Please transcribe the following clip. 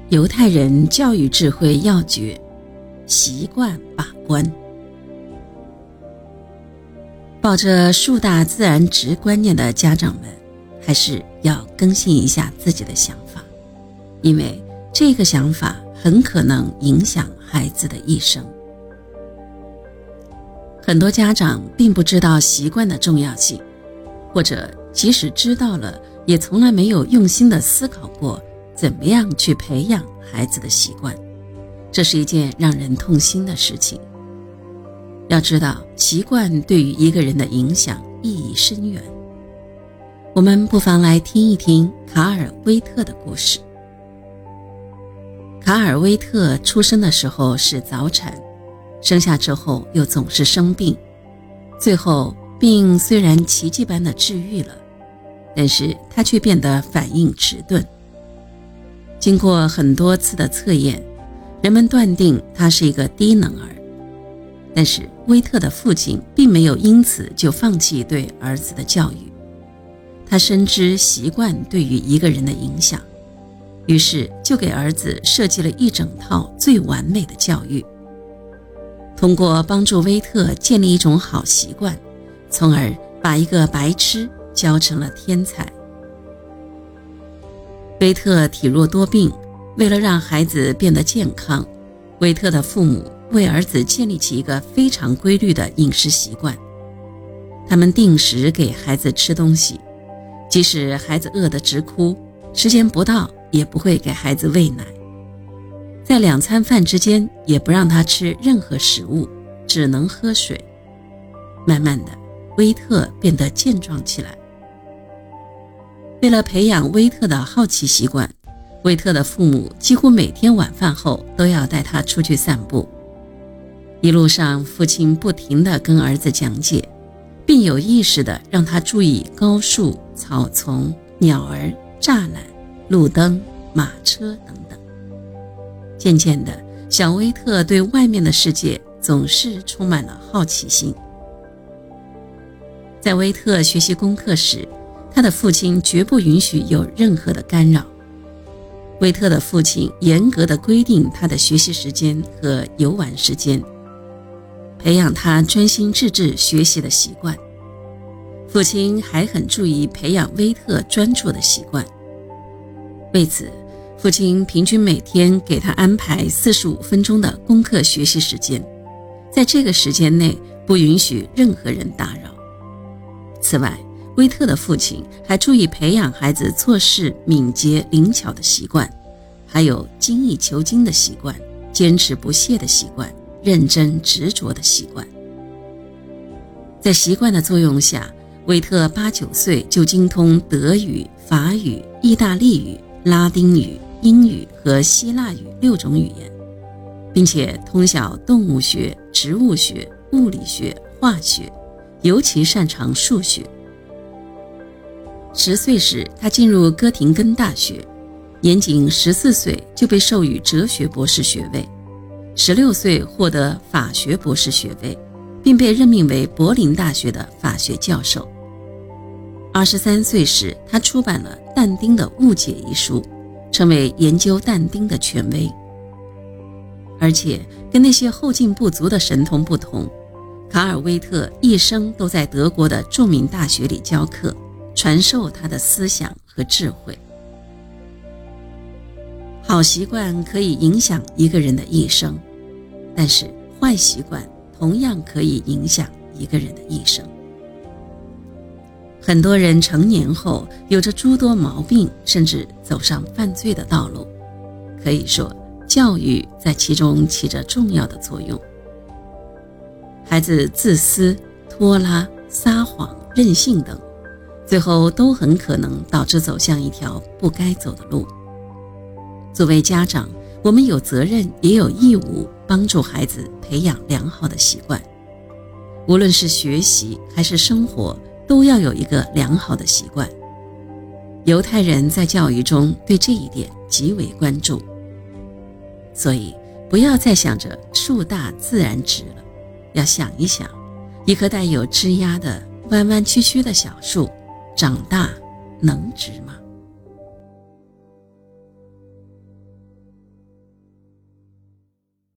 犹太人教育智慧要诀：习惯把关。抱着树大自然直观念的家长们，还是要更新一下自己的想法，因为这个想法很可能影响孩子的一生。很多家长并不知道习惯的重要性，或者即使知道了，也从来没有用心地思考过怎么样去培养孩子的习惯，这是一件让人痛心的事情。要知道，习惯对于一个人的影响意义深远。我们不妨来听一听卡尔威特的故事。卡尔威特出生的时候是早产，生下之后又总是生病，最后病虽然奇迹般的治愈了，但是他却变得反应迟钝。经过很多次的测验，人们断定他是一个低能儿。但是威特的父亲并没有因此就放弃对儿子的教育，他深知习惯对于一个人的影响，于是就给儿子设计了一整套最完美的教育。通过帮助威特建立一种好习惯，从而把一个白痴教成了天才。威特体弱多病，为了让孩子变得健康，威特的父母为儿子建立起一个非常规律的饮食习惯。他们定时给孩子吃东西，即使孩子饿得直哭，时间不到也不会给孩子喂奶。在2餐饭之间也不让他吃任何食物，只能喝水。慢慢的，威特变得健壮起来。为了培养威特的好奇习惯，威特的父母几乎每天晚饭后都要带他出去散步。一路上，父亲不停地跟儿子讲解，并有意识地让他注意高树、草丛、鸟儿、栅栏、路灯、马车等等。渐渐的，小威特对外面的世界总是充满了好奇心。在威特学习功课时，他的父亲绝不允许有任何的干扰。威特的父亲严格地规定他的学习时间和游玩时间，培养他专心致志学习的习惯。父亲还很注意培养威特专注的习惯。为此，父亲平均每天给他安排45分钟的功课学习时间，在这个时间内不允许任何人打扰。此外，威特的父亲还注意培养孩子做事敏捷灵巧的习惯，还有精益求精的习惯、坚持不懈的习惯、认真执着的习惯。在习惯的作用下，威特8、9岁就精通德语、法语、意大利语、拉丁语、英语和希腊语6种语言，并且通晓动物学、植物学、物理学、化学，尤其擅长数学。10岁时，他进入哥廷根大学，年仅14岁就被授予哲学博士学位，16岁获得法学博士学位，并被任命为柏林大学的法学教授。23岁时，他出版了《但丁的误解》一书，成为研究但丁的权威。而且跟那些后劲不足的神童不同，卡尔威特一生都在德国的著名大学里教课，传授他的思想和智慧。好习惯可以影响一个人的一生，但是坏习惯同样可以影响一个人的一生。很多人成年后有着诸多毛病，甚至走上犯罪的道路。可以说，教育在其中起着重要的作用。孩子自私、拖拉、撒谎、任性等，最后都很可能导致走向一条不该走的路。作为家长，我们有责任也有义务帮助孩子培养良好的习惯。无论是学习还是生活，都要有一个良好的习惯。犹太人在教育中对这一点极为关注。所以，不要再想着树大自然直了，要想一想，一棵带有枝桠的弯弯曲曲的小树，长大能直吗？